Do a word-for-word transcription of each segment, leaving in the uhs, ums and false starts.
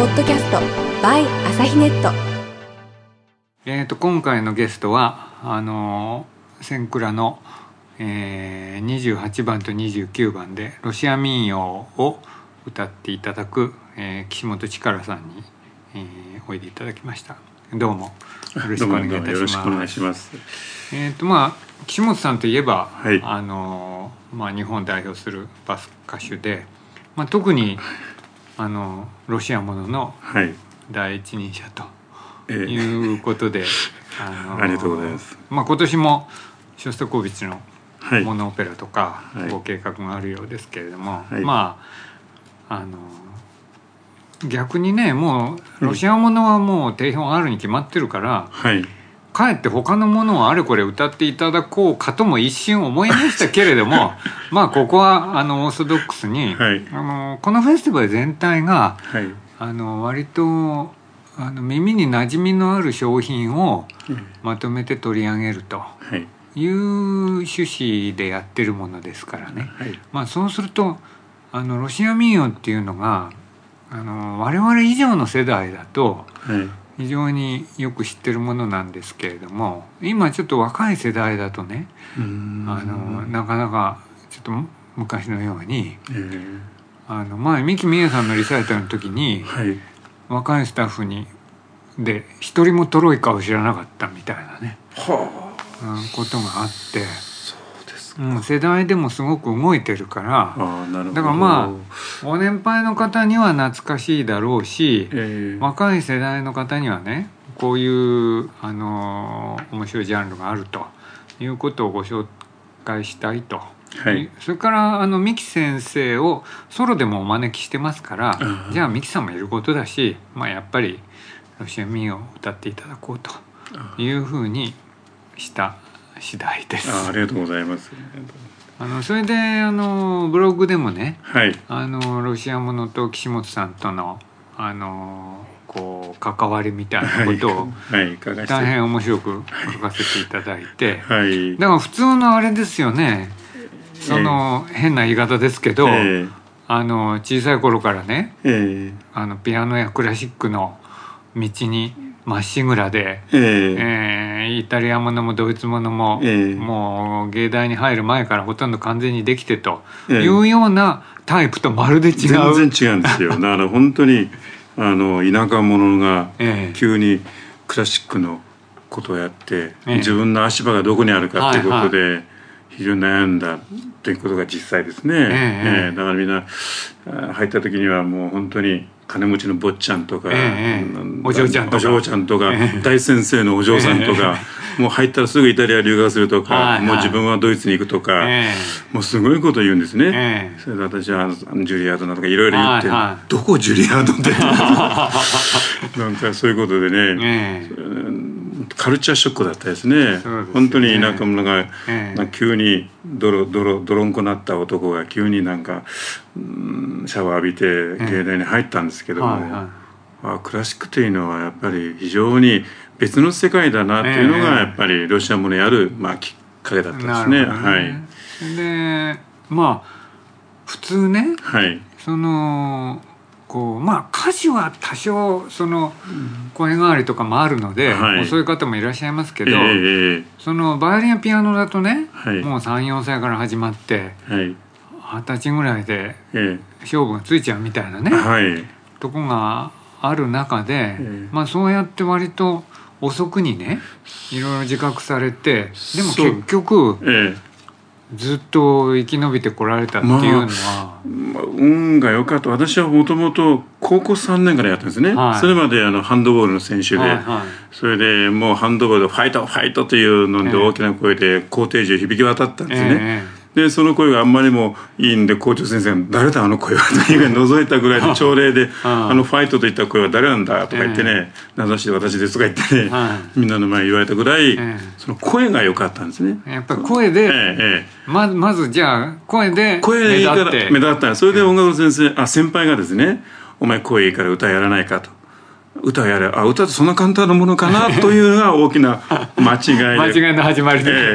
ポッドキャスト by 朝日ネット。 えー、と今回のゲストはあの千倉の、えー、にじゅうはちばんとにじゅうきゅうばんでロシア民謡を歌っていただく、えー、岸本力さんに、えー、おいでいただきました。どうもよろしくお願いいたします。 よろしくお願いします。 えーとまあ、岸本さんといえば、 はい、 あのまあ、日本を代表するバス歌手で、まあ、特にあのロシアものの第一人者ということで、 はい、 あのありがとうございます。 まあ、今年もショスタコーヴィッチのはいモノオペラとかご計画があるようですけれども、はい、まああの逆にねもうロシアものはもう定評あるに決まってるから、はい、かえって他のものをあれこれ歌っていただこうかとも一瞬思いましたけれどもまあここはあのオーソドックスに、はい、あのこのフェスティバル全体が、はい、あの割とあの耳に馴染みのある商品をまとめて取り上げるという趣旨でやってるものですからね、はい、まあ、そうするとあのロシア民謡っていうのがあの我々以上の世代だと、はい、非常によく知ってるものなんですけれども、今ちょっと若い世代だとね、うーんあのなかなかちょっと昔のように、えー、あの前三木美恵さんのリサイタルの時に、はい、若いスタッフにで一人もトロイカを知らなかったみたいなね、はあ、うん、ことがあって、そうですか、うん、世代でもすごく動いてるから、あ、なるほど。だからまあご年配の方には懐かしいだろうし、えー、若い世代の方にはねこういうあの面白いジャンルがあるということをご紹介したいと、はい、それからあの三木先生をソロでもお招きしてますから、じゃあ三木さんもいることだし、まあ、やっぱりロシア民謡を歌っていただこうというふうにした次第です。 あ, ありがとうございます。 あのそれであのブログでもね、はい、あのロシアものと岸本さんとのあのこう関わりみたいなことを大変面白く書かせていただいて、はい、だから普通のあれですよね、その変な言い方ですけど、えー、あの小さい頃からね、えー、あのピアノやクラシックの道にまっしぐらで、えーえー、イタリアものもドイツものも、えー、もう芸大に入る前からほとんど完全にできてというようなタイプとまるで違う、 全然違うんですよ。だから本当にあの田舎者が急にクラシックのことをやって、えー、自分の足場がどこにあるかっていうことで、はいはい、非常に悩んだということが実際ですね、えーえー、だからみんな入った時にはもう本当に金持ちの坊ちゃんとか、えー、お嬢ちゃんとかお嬢ちゃんとか、えー、大先生のお嬢さんとか、えー、もう入ったらすぐイタリア留学するとか、はいはい、もう自分はドイツに行くとか、えー、もうすごいこと言うんですね、えー、それで私はあのジュリアードなんとかいろいろ言って、はいはい、どこジュリアードってなんかそういうことでね、えーカルチャーショックだったですね。ですね、本当に田舎者が、ええ、急に泥泥泥んこなった男が急になんか、うん、シャワー浴びて芸大に入ったんですけども、ええ、はいはい、あクラシックというのはやっぱり非常に別の世界だなっていうのがやっぱりロシアものやる、まあ、きっかけだったんですね。はい、 でまあ普通ね、 はい、 そのこうまあ歌詞は多少その声変わりとかもあるので、はい、そういう方もいらっしゃいますけど、えー、そのバイオリンやピアノだとね、はい、もうさん、よんさいから始まって、はい、はたちぐらいで勝負がついちゃうみたいなね、はい、とこがある中で、えー、まあそうやって割と遅くにねいろいろ自覚されて、でも結局、えーずっと生き延びてこられたっていうのは、 まあまあ、運が良かった。私はもともと高校さんねんからやったんですね、はい、それまであのハンドボールの選手で、はいはい、それでもうハンドボールでファイトファイトというので大きな声で校庭中響き渡ったんですね、えーでその声があんまりもいいんで校長先生が誰だあの声はという覗いたぐらいで朝礼であのファイトといった声は誰なんだとか言ってね、名指しで私ですとか言ってね、みんなの前言われたぐらいその声が良かったんですね。 やっぱり声で、ええ、ま, まずじゃあ声で目立って目立った。それで音楽の先生あ先輩がですね、お前声いいから歌やらないかと。歌やれあ歌ってそんな簡単なものかなというのが大きな間違いで間違いの始まりで、 ええ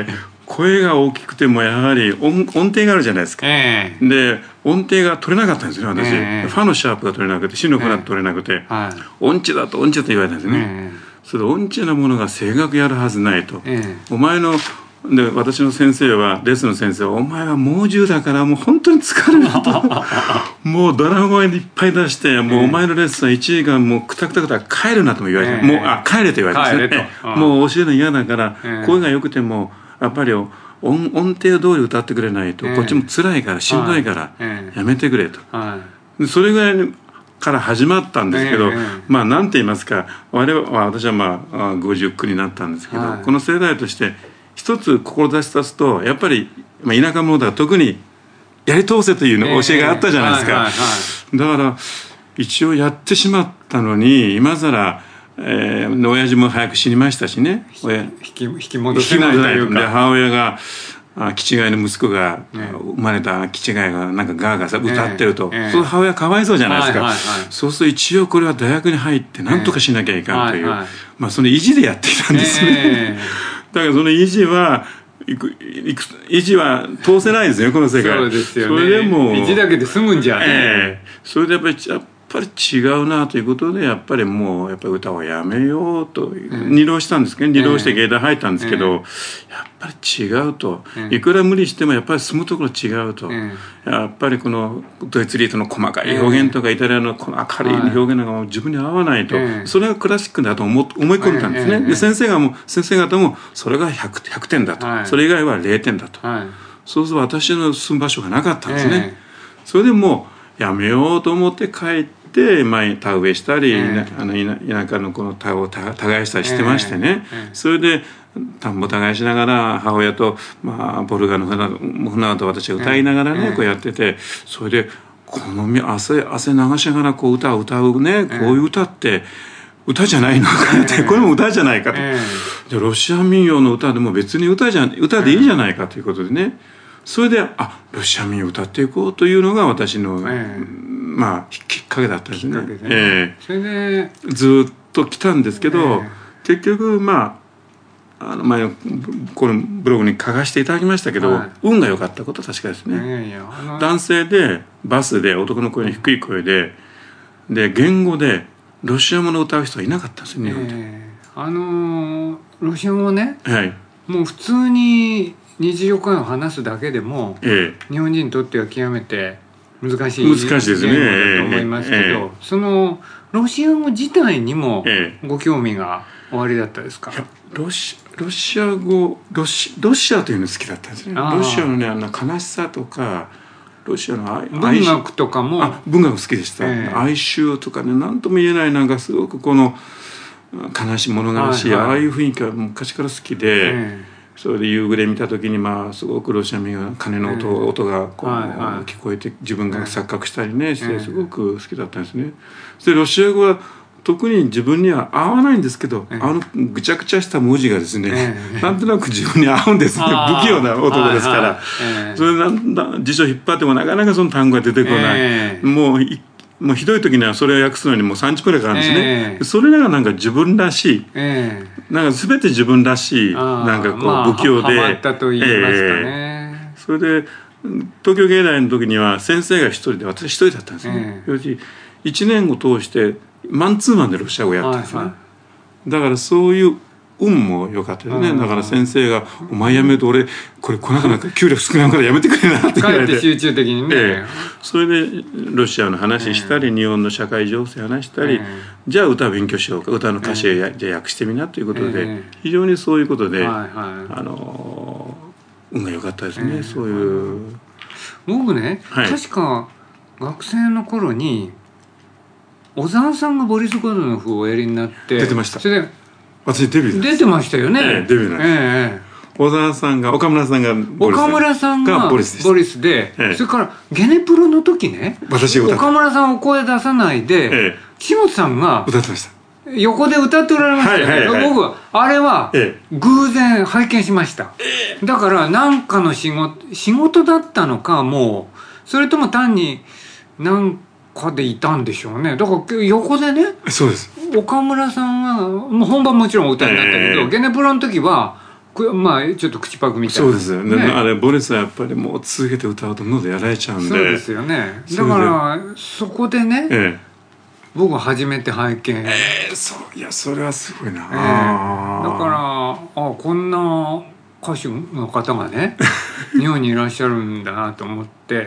声が大きくてもやはり 音, 音程があるじゃないですか、えー、で音程が取れなかったんですよね私、えー、ファのシャープが取れなくてシのフラット取れなくて、えーはい、音痴だと音痴だと言われたんですね、えー、それで音痴なものが声楽やるはずないと、えー、お前ので私の先生はレッスンの先生はお前は猛獣だからもう本当に疲れるともうドラ声でいっぱい出してもうお前のレッスンはいちじかんもうくたくたくた帰るなとも言われて、えー、もうあ帰れと言われてですねもう教えるの嫌だから、えー、声が良くてもやっぱり 音, 音程通り歌ってくれないと、えー、こっちも辛いからしんどいからやめてくれと、はい、それぐらいから始まったんですけど、えー、まあ何て言いますか我々は私はまあごじゅっきゅうになったんですけど、はい、この世代として一つ志立つとやっぱり田舎者だから特にやり通せというの教えがあったじゃないですか、えーはいはいはい、だから一応やってしまったのに今更、えー、親父も早く死にましたしね親引き、引き戻せないというかで母親が気違いの息子が、えー、生まれた気違いがなんかガーガーさ歌ってると、えーえー、そう母親かわいそうじゃないですか、はいはいはい、そうすると一応これは大学に入って何とかしなきゃいかんという、えーはいはい、まあその意地でやっていたんですね、えーだからその維持はいくいく維持は通せないですよこの世界。 そうですよね。それでも維持だけで済むんじゃね、 えー、それでやっぱりやっぱり違うなということでやっぱりもうやっぱり歌をやめようと、えー、二浪したんですけど二浪して芸大入ったんですけど、えー、やっぱり違うと、えー、いくら無理してもやっぱり住むところ違うと、えー、やっぱりこのドイツリートの細かい表現とかイタリアのこの明るい表現なんかも自分に合わないと、えー、それがクラシックだと思思い込んでたんですね、えー、で先生がもう先生方もそれが ひゃく, ひゃくてんだと、はい、それ以外はれいてんだと、はい、そうすると私の住む場所がなかったんですね、えー、それでもうやめようと思って帰ってで前田植えしたり、えー、あの田舎のこの田を耕したりしてましてね、えーえー、それで田んぼ耕しながら母親と、まあ、ボルガの船と私が歌いながらね、えー、こうやっててそれでこの汗汗流しながらこう歌を歌うねこういう歌って歌じゃないのかって、えー、これも歌じゃないかと、えー、じゃあロシア民謡の歌でも別に歌じゃ歌でいいじゃないかということでねそれであロシア民謡歌っていこうというのが私の、えーまあ、きっかけだったんですね。ねえー、それでずっと来たんですけど、えー、結局まああの前このブログに書かせていただきましたけど、はい、運が良かったことは確かですね。いやいや男性でバスで男の声の低い声でで言語でロシア語の歌う人はいなかったんですよ日本で、えー、あのー、ロシア語ね、はい、もう普通に日常会話を話すだけでも、えー、日本人にとっては極めて難しい言語だと思いますけど、えーえー、そのロシア語自体にもご興味がおありだったですか？ いやロシ、ロシア語ロシ、ロシアというの好きだったんですね。ロシアのねあの悲しさとかロシアの文学とかもあ文学好きでした、えー、哀愁とかね何とも言えないなんかすごくこの悲しい物悲しい、はいはい、ああいう雰囲気は昔から好きで、えーそれで夕暮れ見た時にまあすごくロシア民が鐘の音、えー、音がこう、はいはい、聞こえて自分が錯覚したりねしてすごく好きだったんですね。でロシア語は特に自分には合わないんですけど、えー、あのぐちゃぐちゃした文字がですね、えー、なんとなく自分に合うんですね。不器用な男ですから、はいはいえー、それなんだ辞書引っ張ってもなかなかその単語が出てこない、えー、もう一もうひどい時にはそれを訳すのにもうさんじゅっぷんくらいかかるんですね、えー、それがなんか自分らしい、えー、なんか全て自分らしいなんかこう、まあ、不器用でハマったと言いますかね、 えー、それで東京芸大の時には先生が一人で私一人だったんですね、えー、いちねんを通してマンツーマンでロシア語をやったんですね、はいはい、だからそういう運も良かったですね。だから先生が「お前やめると俺これ来なくなって給料少ないからやめてくれな」って言われて帰って集中的にね、ええ、 それでロシアの話したり、ええ、日本の社会情勢話したり、ええ、じゃあ歌勉強しようか歌の歌詞をや、ええ、じゃあ訳してみなということで、ええ、非常にそういうことで、はいはい、あの運が良かったですね、ええ、そういう僕ね、はい、確か学生の頃に小沢さんがボリス・ゴドノフをおやりになって出てました。 それで私デビュー出てましたよね、 ええ、デビューなんです、ええ、小沢さんが岡村さんがボリス岡村さんがボリス で, ボリスで、ええ、それからゲネプロの時ね私が岡村さんを声出さないで、ええ、岸本さんが歌ってました横で歌っておられましたよね、はいはいはい、僕はあれは偶然拝見しました、ええ、だから何かの仕事仕事だったのかもうそれとも単に何かでいたんでしょうね。だから横でねそうです岡村さんはもう本番もちろんお歌いになったけど、えー、ゲネプロの時はまあちょっと口パクみたいな。 そうですよね。あれボリスはやっぱりもう続けて歌うと喉やられちゃうんで。 そうですよね。だからそこでね、ええ、僕は初めて拝見。 ええ、そういやそれはすごいな。ええ、だからあこんな歌手の方がね日本にいらっしゃるんだなと思って、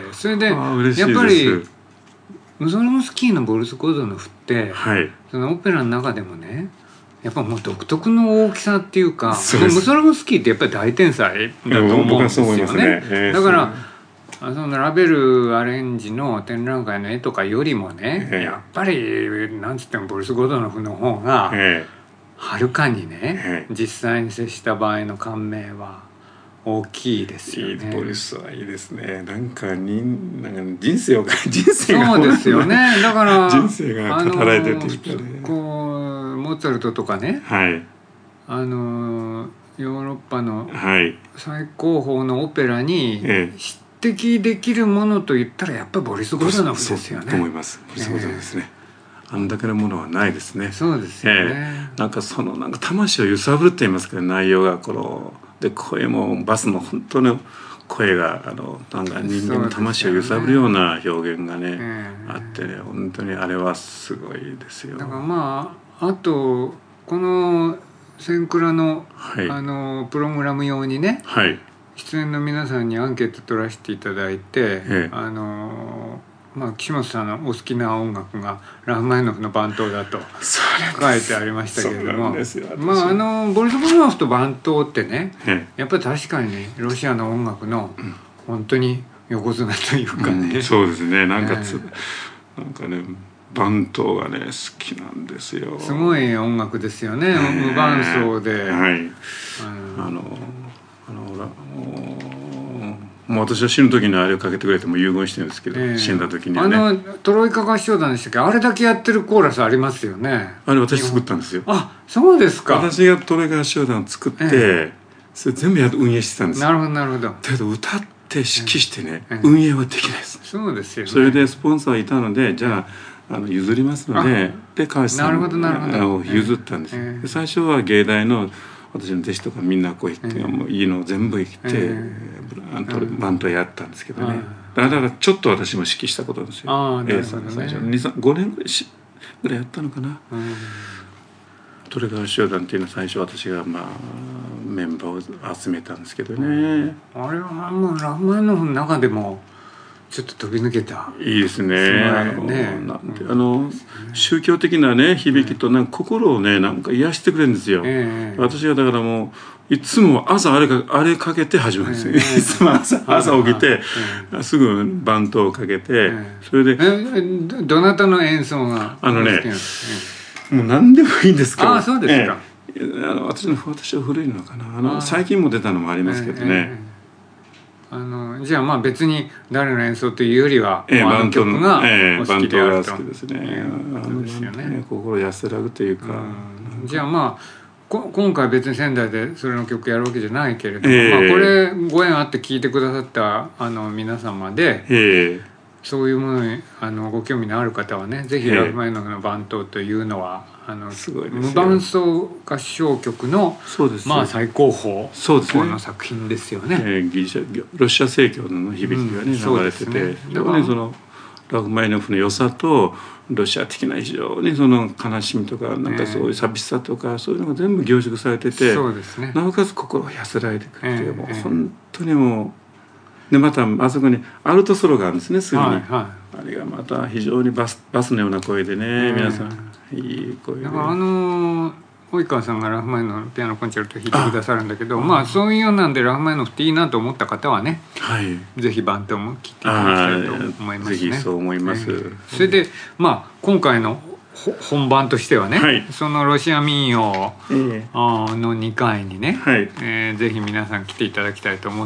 それでやっぱりムソルムスキーのボルス・ゴドノフって、はい、そのオペラの中でもねやっぱもう独特の大きさっていうか、ムソルムスキーってやっぱり大天才だと思うんですよね。ねえー、だからそのラベルアレンジの展覧会の絵とかよりもね、えー、やっぱりなんつってもボルス・ゴドノフの方がはるかにね、えー、実際に接した場合の感銘は大きいですよね。 ボルスはいいですね。なんかになんか人生を人生がそうですよね。だから人生が語られてるっていうかね。 こうモーツァルトとかね、はい、あのヨーロッパの最高峰のオペラに匹敵できるものといったらやっぱりボリス・ゴドノフですよね。 そうと思います。ボリス・ゴドノフですね。えー、あんだけのものはないですね。 そうですよね。 えー、なんかそのなんか魂を揺さぶるって言いますけど、内容がこので声もバスの本当の声があのなんか人間の魂を揺さぶるような表現がね、えー、あってね、本当にあれはすごいですよ。 だからまああとこのセンクラの、はい、あのプログラム用にね、はい、出演の皆さんにアンケート取らせていただいて、ええ、あのまあ岸本さんのお好きな音楽がラフマニノフの番頭だと書いてありましたけれども、まああのボリス・ゴドノフと番頭ってね、ええ、やっぱり確かにロシアの音楽の本当に横綱というかね、 うん、そうですね。なんかつ、えー、なんかね番頭がね好きなんですよ。 すごい音楽ですよね、えー、無伴奏で、はい、 あのあのあのもう私は死ぬ時にあれをかけてくれても遺言してるんですけど、えー、死んだ時にはね、 あのトロイカ合唱団でしたっけ、あれだけやってるコーラスありますよね。 あれ私作ったんですよ。 あ、そうですか。 私がトロイカ合唱団を作って、えー、それ全部や運営してたんですよ。 なるほどなるほど。 だけど歌って指揮してね、えー、運営はできないです、 そうですよね。 それでスポンサーいたので、じゃあ、あの譲りますので、で川内さんを譲ったんですよ、えー、最初は芸大の私の弟子とかみんなこう行って、えー、もういいのを全部行って、えー、バンドやったんですけどね、だからちょっと私も指揮したことですよ。ああ、なるほどね。最初ごねんぐらいしぐらいやったのかな。トレガー集団っていうのは最初私がまあメンバーを集めたんですけどね。 あれはもうラフマニノフの中でもちょっと飛び抜けた。 いいですね。あの、ね、なんて、あの宗教的なね響きとなんか心をねなんか癒してくれるんですよ。えー、私はだからもういつも朝あれかあれかけて始まるんですよ。えー、いつも朝朝起きて、えー、すぐ番頭をかけて、えー、それで、えー、どなたの演奏があのね、もう何でもいいんですけど。 ああ、そうですか。 えー、あの私の私は古いのかな。あの最近も出たのもありますけどね。えーえーあのじゃあまあ別に誰の演奏というよりは、えー、あの曲がお好きであると、えー、バンドが好きですね。 そうですよね。 心安らぐというか、 うん、じゃあまあこ今回別に仙台でそれの曲やるわけじゃないけれども、えーまあ、これご縁あって聴いてくださったあの皆様で、えー、そういうものにあのご興味のある方はね、ぜひラフマニノフの番頭というのはあの無伴奏合唱曲のまあ最高峰の作品ですよね。 えー、ギリシャロシア正教の響きがね、うん、流れてて、ね、だからねそのラフマニノフの良さとロシア的な非常にその悲しみとかなんかそういう寂しさとかそういうのが全部凝縮されてて、 そうですね、 なおかつ心を安らいでくれて、えー、もう本当にもうでまたあそこにアルトソロがあるんですね、すぐに、はいはい、あれがまた非常にバス、バスのような声でね、えー、皆さんいい声で、 だからあのー及川さんがラフマニノフのピアノコンチェルト弾いてくださるんだけど、まあそういうようなんでラフマニノフっていいなと思った方はね、はい、ぜひ番頭も聴いていただきたいと思いますね。 ぜひそう思います、えー、 それでまあ今回の本番としてはね、はい、そのロシア民謡のにかいにね、はい、えー、ぜひ皆さん来ていただきたいと思って、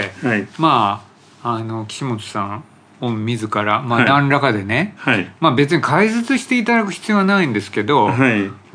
はい、まああの岸本さんを自ら、まあ、何らかでね、はい、まあ、別に解説していただく必要はないんですけど、はい、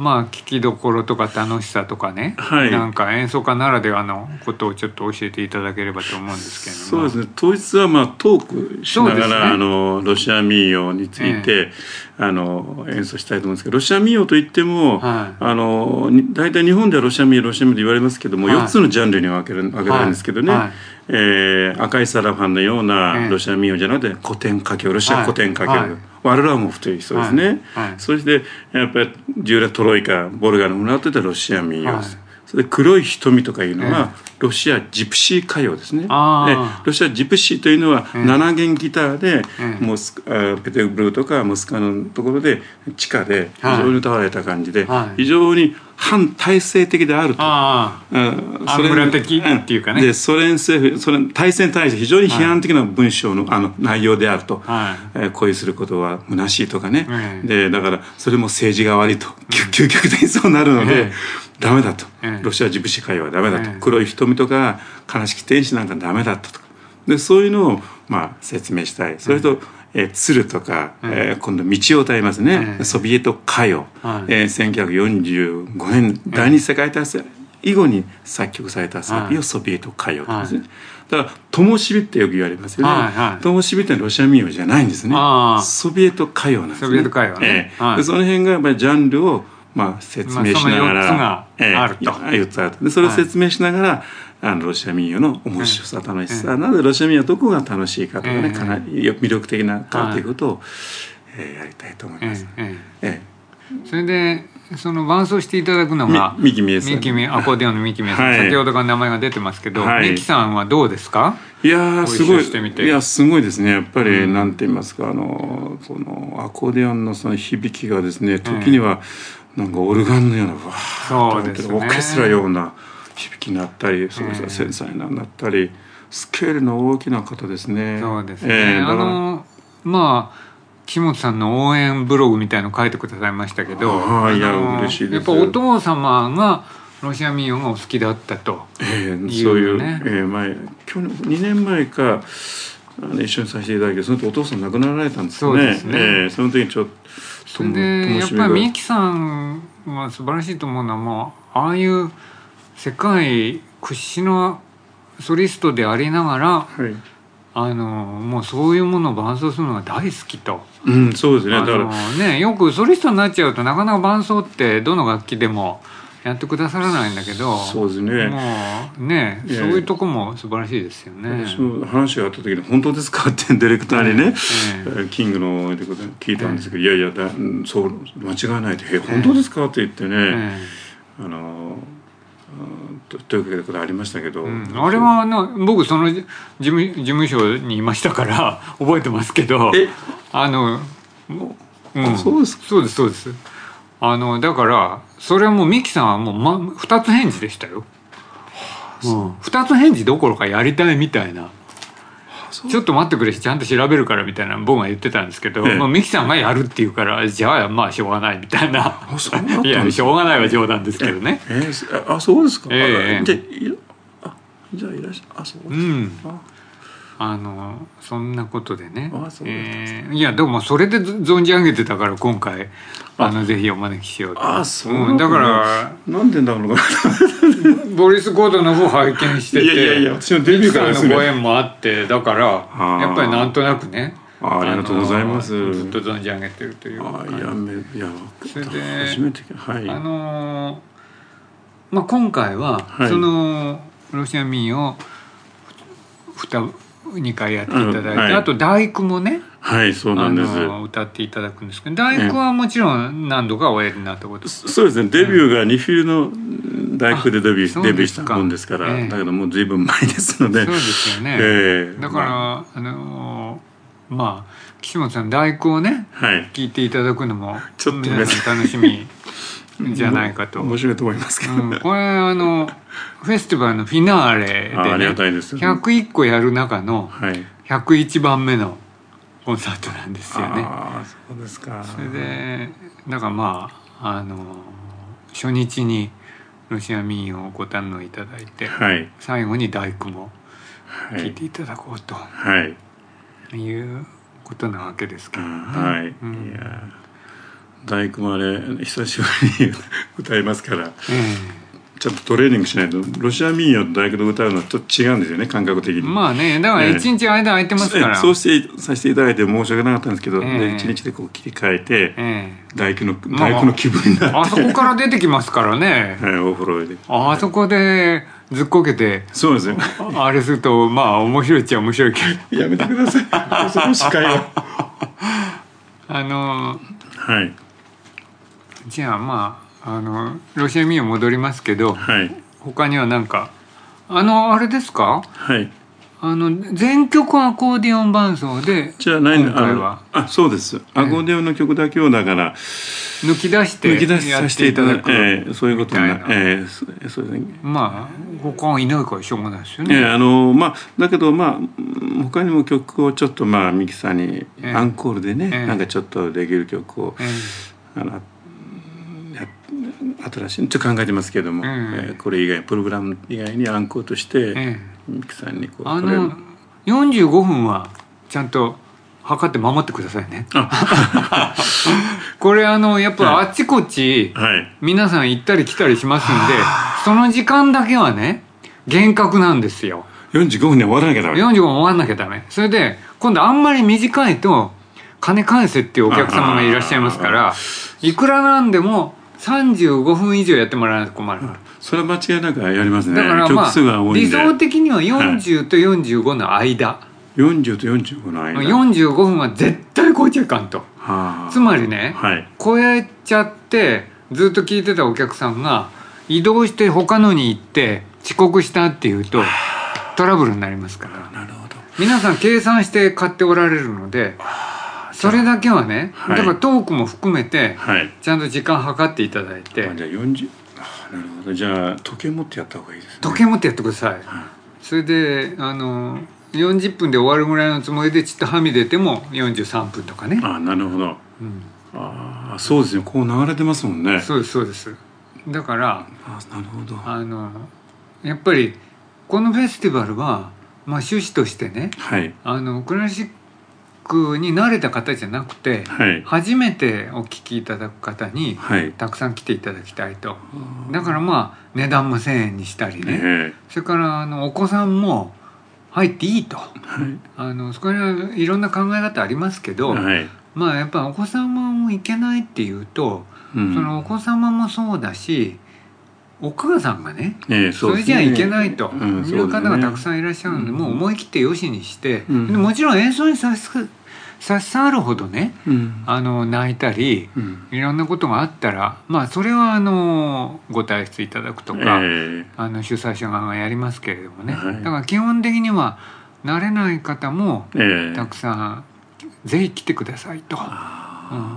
まあ聞きどころとか楽しさとかね、はい、なんか演奏家ならではのことをちょっと教えていただければと思うんですけれども。 そうですね、当日はまあトークしながら、ね、あのロシア民謡について、ええ、あの演奏したいと思うんですけど、ロシア民謡といっても、はい、あの大体日本ではロシア民謡ロシア民謡と言われますけども、はい、よっつのジャンルに分ける分けられるんですけどね、はいはい、えー、赤いサラファンのようなロシア民謡じゃなくて古典歌謡、ロシア古典歌謡、はいはい、ワルラモフという人ですね、はいはい、そしてやっぱりジューラ・トロイカ、ボルガの村といったロシア民謡です、はい、それで黒い瞳とかいうのはロシアジプシー歌謡ですね。でロシアジプシーというのはななげんギターでモスペテルブルクとかモスクワのところで地下で非常に歌われた感じで、はい、非常に反体制的であると、 ああソ連的っていうかね、 でソ連政府、ソ連体制に対して非常に批判的な文章の、あの内容であると、はい、えー、恋することは虚しいとかね、はい、でだからそれも政治が悪いと、究極的にそうなるので、はい、ダメだと、ロシアジプシー歌謡はダメだと、黒い瞳とか悲しき天使なんかダメだったとか、でそういうのをまあ説明したい。それと、えー、鶴とか、えー、今度道を歌いますね、ソビエト歌謡、えー、せんきゅうひゃくよんじゅうごねん第二次世界大戦以後に作曲されたサビをソビエト歌謡とですね、だから灯火ってよく言われますよね、はいはい、灯火ってロシア民謡じゃないんですね、ソビエト歌謡なんですね。 ソビエト歌謡ね、 えーはい、でその辺がやっぱりジャンルをまあ説明しながら、 まあ、そのよっつがあると、えー、 よっつあると、でそれを説明しながら、はい、あのロシア民謡の面白さ、楽しさ、えー、なのでロシア民謡どこが楽しいかとかね、えー、かなり魅力的なかということを、えー、やりたいと思います、えーえー、それでその伴奏していただくのが三木美恵さん、 三木美恵、アコーディオンの三木美恵さん、はい、先ほどから名前が出てますけど、はい、三木さんはどうですか？ いやすごい、いやすごいですね。やっぱり、うん、なんて言いますか、あのそのアコーディオンのその響きがですね、時にはなんかオルガンのような、わーっと、ね、オーケストラような響きになったり、そうですね、繊細ななったり、スケールの大きな方ですね。 そうですね、えー、あのまあ岸本さんの応援ブログみたいの書いてくださいましたけど、 あ、いや嬉しいです。 やっぱお父様がロシア民謡がお好きだったという、ね、えー、そういう、 えー、前去年にねんまえかあの一緒にさせていただいて、その時お父さん亡くなられたんですよね。そうですね、えー、その時にちょっとそれでやっぱり三木さんは素晴らしいと思うのは、もうああいう世界屈指のソリストでありながら、はい、あのもうそういうものを伴奏するのが大好きと、 うん、そうですね。だからね、よくソリストになっちゃうとなかなか伴奏ってどの楽器でもやってくださらないんだけど、 そうですね、 もうね、そういうとこも素晴らしいですよね。 私も話があった時に本当ですかってディレクターにね、えー、キングので聞いたんですけど、えー、いやいやだそう間違いないって「え本当ですか?」って言ってね、えー、あのと, ということありましたけど、うん、 あれはな僕その事務、事務所にいましたから覚えてますけど、 えあの、 うん、あそうですか。 そうですそうです。あのだからそれはもう三木さんはもう、ま、ふたつ返事でしたよ、うん、ふたつ返事どころかやりたいみたいな、ちょっと待ってくれちゃんと調べるからみたいな僕が言ってたんですけど、ええ、まあ、三木さんがやるって言うからじゃあまあしょうがないみたいな。 あそうなんですか。 いやしょうがないは冗談ですけどね。 えええあそうですか、ええ、じゃあじゃあいらっしゃあそうですか、うん、 あのそんなことでね、あそうですか、えー、いやでもそれで存じ上げてたから今回あのぜひお招きしようと。 あそうなんだ、 うん、だからなんでだろうかボリス・ゴードの方拝見してて、 いやいやいや私のデビューからですね、 のご縁もあってだからやっぱりなんとなくね、 あ, ありがとうございます。 ずっと存じ上げてるというか、 あいやめいやそれで初めて、はい、 あのまあ今回は、はい、そのロシア民をにかいやっていただいて、うんはい、あと大工もね、 はいそうなんです、 歌っていただくんですけど、大工はもちろん何度かおやりになったこと、 えー、そうですね、デビューがにフィルの大工でデビュー、デビューしたもんですから、えー、だけどもう随分前ですので、 そうですよね、えー、だから、まあ、あのまあ岸本さん大工をね、はい、聞いていただくのもちょっと皆さん楽しみじゃないかと面白いと思いますけど、うん、 これあのフェスティバルのフィナーレで、ね、 ありがたいです、 ひゃくいっこやる中のひゃくいちばんめのコンサートなんですよね。 あそうですか。 それでだからまああの初日にロシア民謡をご堪能いただいて、はい、最後に大工も聴いていただこうと、はい、いうことなわけですけどね、 はい、うん、いや大工もあれ久しぶりに歌いますから、えー、ちょっとトレーニングしないとロシア民謡と大工で歌うのはちょっと違うんですよね、感覚的に。 まあね、だから一日間空いてますから、えー、 そうしてさせていただいて申し訳なかったんですけど、えー、一日でこう切り替えて、えー、大工の大工の気分になって、まあ、 あそこから出てきますからね、 はい、お風呂であそこでずっこけて、 そうですよあれするとまあ面白いっちゃ面白いけどやめてくださいその司会はあのはい、 じゃあまああのロシア民謡戻りますけど、はい、他には何かあのあれですか、 はい、 あの全曲アコーディオン伴奏でじゃない今回は あ, あそうです、アコーディオンの曲だけをだから抜き出して抜き出しさせていただく、えー、そういうことにな、えー、そうですね、 まあ他はいないからしょうがないですよね、 えー、あのまあだけどまあ他にも曲をちょっとまあミキさんにアンコールでね、えー、なんかちょっとできる曲を、えー、あの新しいちょっと考えてますけども、えーえー、これ以外プログラム以外にアンコールとして、えー、ミキさんにこうあのよんじゅうごふんはちゃんと測って守ってくださいねこれあのやっぱあっちこっち、はい、皆さん行ったり来たりしますんで、その時間だけはね厳格なんですよ。 よんじゅうごふんに終わらなきゃダメ。 よんじゅうごふん終わらなきゃダメ。それで今度あんまり短いと金返せっていうお客様がいらっしゃいますから、いくらなんでもさんじゅうごふん以上やってもらわないと困る。 それは間違いなくやりますね。 だからまあ理想的にはよんじゅうとよんじゅうごの間、はい、 よんじゅうとよんじゅうごの間よんじゅうごふんは絶対超えちゃいかんと、はあ、つまりね、はい、超えちゃってずっと聞いてたお客さんが移動して他のに行って遅刻したっていうとトラブルになりますから。 なるほど。 皆さん計算して買っておられるので、それだけはね、はい、だからトークも含めてちゃんと時間計っていただいて、 はい、じゃあよんじゅう、あ、なるほど。じゃあ時計持ってやった方がいいですね。 時計持ってやってください、はい、それであのよんじゅっぷんで終わるぐらいのつもりでちっとはみ出てもよんじゅうさんぷんとかね。 あ、なるほど、うん、あ、そうですね、こう流れてますもんね。 そうですそうです。だからあ、なるほど、 あのやっぱりこのフェスティバルは、まあ、趣旨としてね、はい、あのクラシックに慣れた方じゃなくて、はい、初めてお聴きいただく方に、はい、たくさん来ていただきたいと。だからまあ値段もせんえんにしたりね、えー、それからあのお子さんも入っていいと、はい、あのそこらはいろんな考え方ありますけど、はい、まあやっぱお子様も行けないっていうと、うん、そのお子様もそうだしお母さんがね、えー そ, ねそれじゃいけないという方がたくさんいらっしゃるので、うん、もう思い切ってよしにして、うん、でもちろん演奏に差し差し障るほどね、うん、あの泣いたり、うん、いろんなことがあったら、まあそれはあのご退出いただくとか、えー、あの主催者側がやりますけれどもね、はい、だから基本的には慣れない方もたくさん、えー、ぜひ来てくださいと、うん、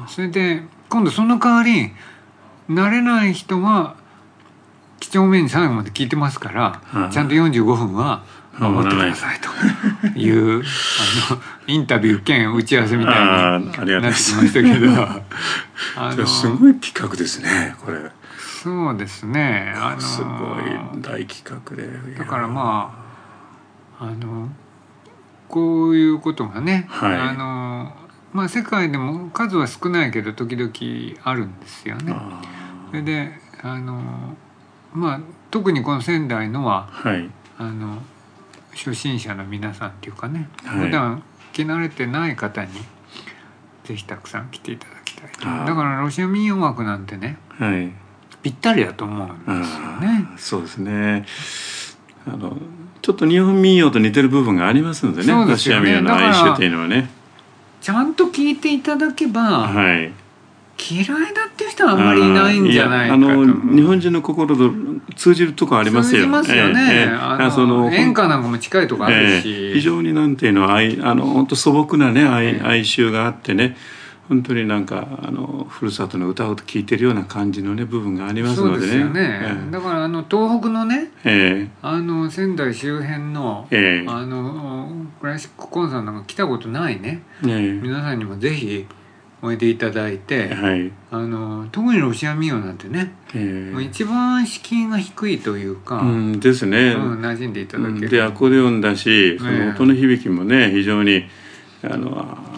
それで今度その代わり慣れない人は几帳面に最後まで聞いてますから、はあ、ちゃんとよんじゅうごふんは守ってくださいというあのインタビュー兼打ち合わせみたいになってきましたけど、 あのすごい企画ですねこれ。 そうですね、あのすごい大企画で。 だからまああのこういうことがね、はい、あのまあ世界でも数は少ないけど時々あるんですよね。それであのまあ特にこの仙台のは、はい、あの初心者の皆さんっていうかね、はい、普段来慣れてない方にぜひたくさん来ていただきたいと。だからロシア民謡楽なんてね、はい、ぴったりだと思うんですよね。 そうですね、あのちょっと日本民謡と似てる部分がありますのでね、そうですよね、ロシア民謡の哀愁というのはねちゃんと聞いていただけば、はい、嫌いだっていう人はあんまりいないんじゃないかと。 あの日本人の心と通じるとこありますよ。 通じますよね、えーえー、あのその演歌なんかも近いとこあるし、 えー、非常になんていうの愛あの本当素朴なね 愛,、えー、哀愁があってね、本当になんかあのふるさとの歌を聴いてるような感じのね部分がありますのでね。そうですよね、えー、 だからあの東北のね、えー、あの仙台周辺の、えー、あのクラシックコンサートなんか来たことないね、えー、皆さんにもぜひおいでいただいて、はい、あの特にロシア民謡なんてね、えー、もう一番敷居が低いというか、 うん、ですね、 うん、馴染んでいただける、 でアコーディオンだしその音の響きもね非常にあの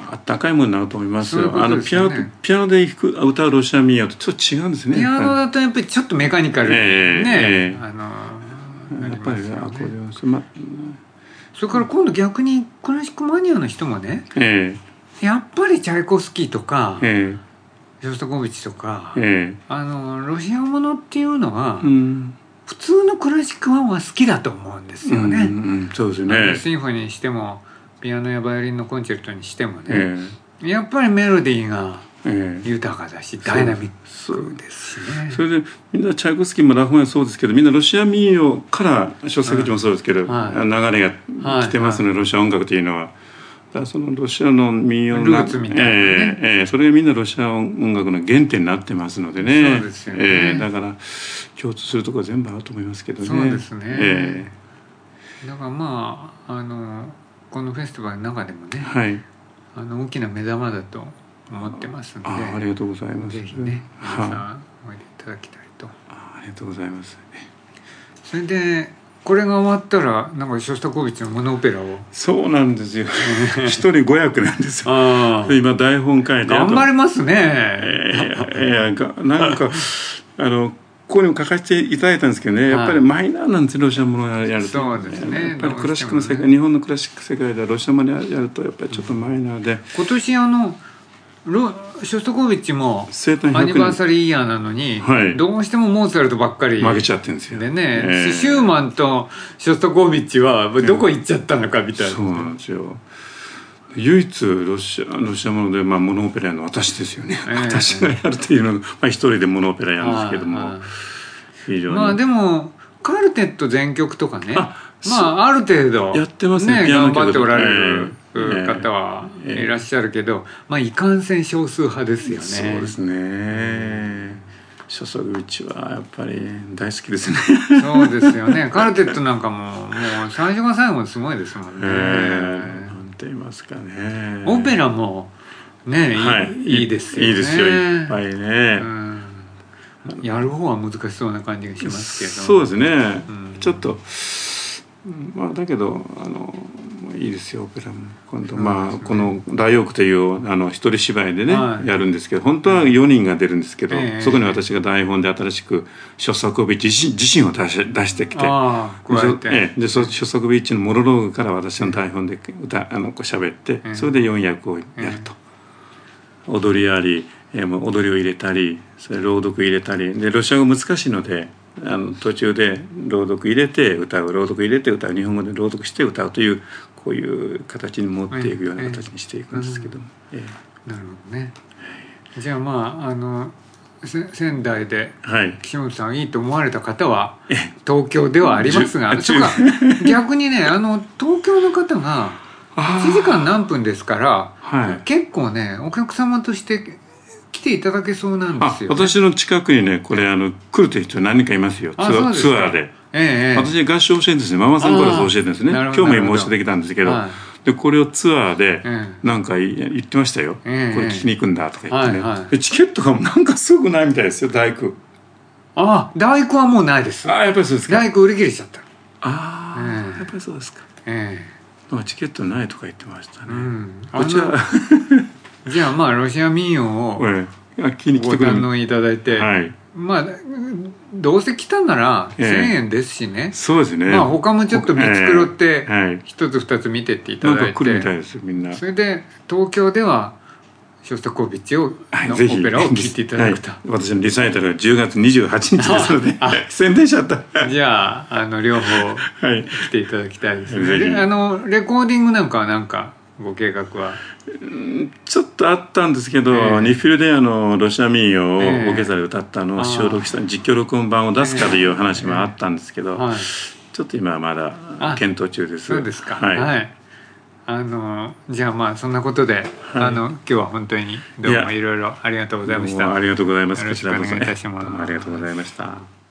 あったかいものになると思いますよ。 そういうことですよね。 あのピアノピアノで弾く歌うロシア民謡とちょっと違うんですね。 ピアノだとやっぱりちょっとメカニカル、 えー、 ね、 えー、 あのやっぱりアコーディオン、そ, ま、 それから今度逆にクラシックマニアの人もね、 えー、やっぱりチャイコフスキーとか、 えー、 ショスタコーヴィチとか、 えー、 あのロシアものっていうのは、 うん、 普通のクラシックファンは好きだと思うんですよね。 うんうん、そうですね。 シンフォニーにしてもピアノやバイオリンのコンチェルトにしてもね、 えー、やっぱりメロディーがええ、 豊かだし、ダイナミックですしね。 それでみんなチャイコフスキーもラフマニノフそうですけど、みんなロシア民謡からショスタコーヴィチもそうですけど、はい、流れが来てますので、はい、ロシア音楽というのはだからそのロシアの民謡のルーツみたいなね、 えーえー、それがみんなロシア音楽の原点になってますのでね。 そうですよね、 えー、だから共通するところは全部あると思いますけどね。 そうですね、 えー、だからまあ、あのこのフェスティバルの中でもね、 はい、 あの大きな目玉だと思ってますので、 あ, ありがとうございます。 ぜひね皆さんおいでいただきたいと。 あ, ありがとうございます。 それでこれが終わったらなんかショスタコーヴィチのモノオペラを。 そうなんですよ一人ご役なんですよあ今台本書いて頑張りますね。 えー、なんかあのここにも書かせていただいたんですけどね、やっぱりマイナーなんですよ、ロシアものをやると。 そうですね、 やっぱりクラシックの世界、ね、日本のクラシック世界ではロシアものやるとやっぱりちょっとマイナーで、 今年あのロショスタコーヴィチもアニバーサリーイヤーなのに、はい、どうしてもモーツァルトばっかり負けちゃってるんですよでね、 えー、 シューマンとショスタコーヴィチはどこ行っちゃったのかみたいな、 そうなんですよ。唯一ロシア、ロシアもので、まあ、モノオペラの私ですよね、えー、私がやるというのが、まあ、一人でモノオペラやるんですけども、非常にまあでもカルテット全曲とかね、あまあある程度やってますね、 ね頑張っておられる方はいらっしゃるけど、まあいかんせん少数派ですよね。 そうですね。ショスタコーヴィチはやっぱり大好きですね。 そうですよね。カルテットなんかももう最初が最後すごいですもんね。 なんて言いますかね。 オペラもね、はい、いい、いいですよね。 いいですよ、いっぱいね。 うんやる方は難しそうな感じがしますけど。 そうですね、うん、ちょっとまあだけどあのいいですよオペラも今度、うん、まあこの「大王区」というあの一人芝居でね、はい、やるんですけど本当はよにんが出るんですけど、えー、そこに私が台本で新しくショスタコーヴィチ自身、自身を出し、出してきてあ加えてで、でショスタコーヴィチのモノローグから私の台本で歌あのこう喋って、えー、それでよん役をやると、えー、踊りあり踊りを入れたりそれ朗読入れたりでロシア語難しいのであの途中で朗読入れて歌う朗読入れて歌う日本語で朗読して歌うというこういう形に持っていくような形にしていくんですけども、えーえー、なるほどね。じゃあまああの仙台で岸本さんいいと思われた方は東京ではありますが、そうか逆にねあの東京の方がいちじかん何分ですから、はい、結構ねお客様として来ていただけそうなんですよ、ね、 私の近くにねこれあの来るという人何人かいますよ、ツアー、ツアーで、ええ、私合唱教えてるんですね、ママさんクラス教えてるんですね、今日も申し出てきたんですけど、はい、でこれをツアーでなんか言ってましたよ、ええ、これ聞きに行くんだとか言ってね、はいはい、チケットがなんかすぐないみたいですよ、大工。 ああ大工はもうないです。 ああやっぱりそうですか。 大工売り切れちゃった。 ああ、ええ、やっぱりそうですか、ええ、チケットないとか言ってましたね、うん、こちらじゃあまあロシア民謡をご堪能いただいて、はい、まあどうせ来たならせんえんですしね、 えー、そうですね、 まあ他もちょっと見繕って一つ二つ見てっていただいて、なんか来るみたいですよみんな。それで東京ではショスタコーヴィチをのオペラを聴いていただくと、はい、 私のリサイタルがじゅうがつにじゅうはちにちですので宣伝しちゃった。 じゃああの両方来ていただきたいですね、はい、あのレコーディングなんかは何かご計画はちょっとあったんですけど、えー、ニッフィルであのロシア民謡をオーケストラで歌ったのを収録した実況録音版を出すかという話もあったんですけど、えーえーはい、ちょっと今はまだ検討中です。 そうですか、はい、はい、あのじゃあまあそんなことで、はい、あの今日は本当にどうもいろいろありがとうございました。 ありがとうございます。 よろしくお願いいたします。 ありがとうございました。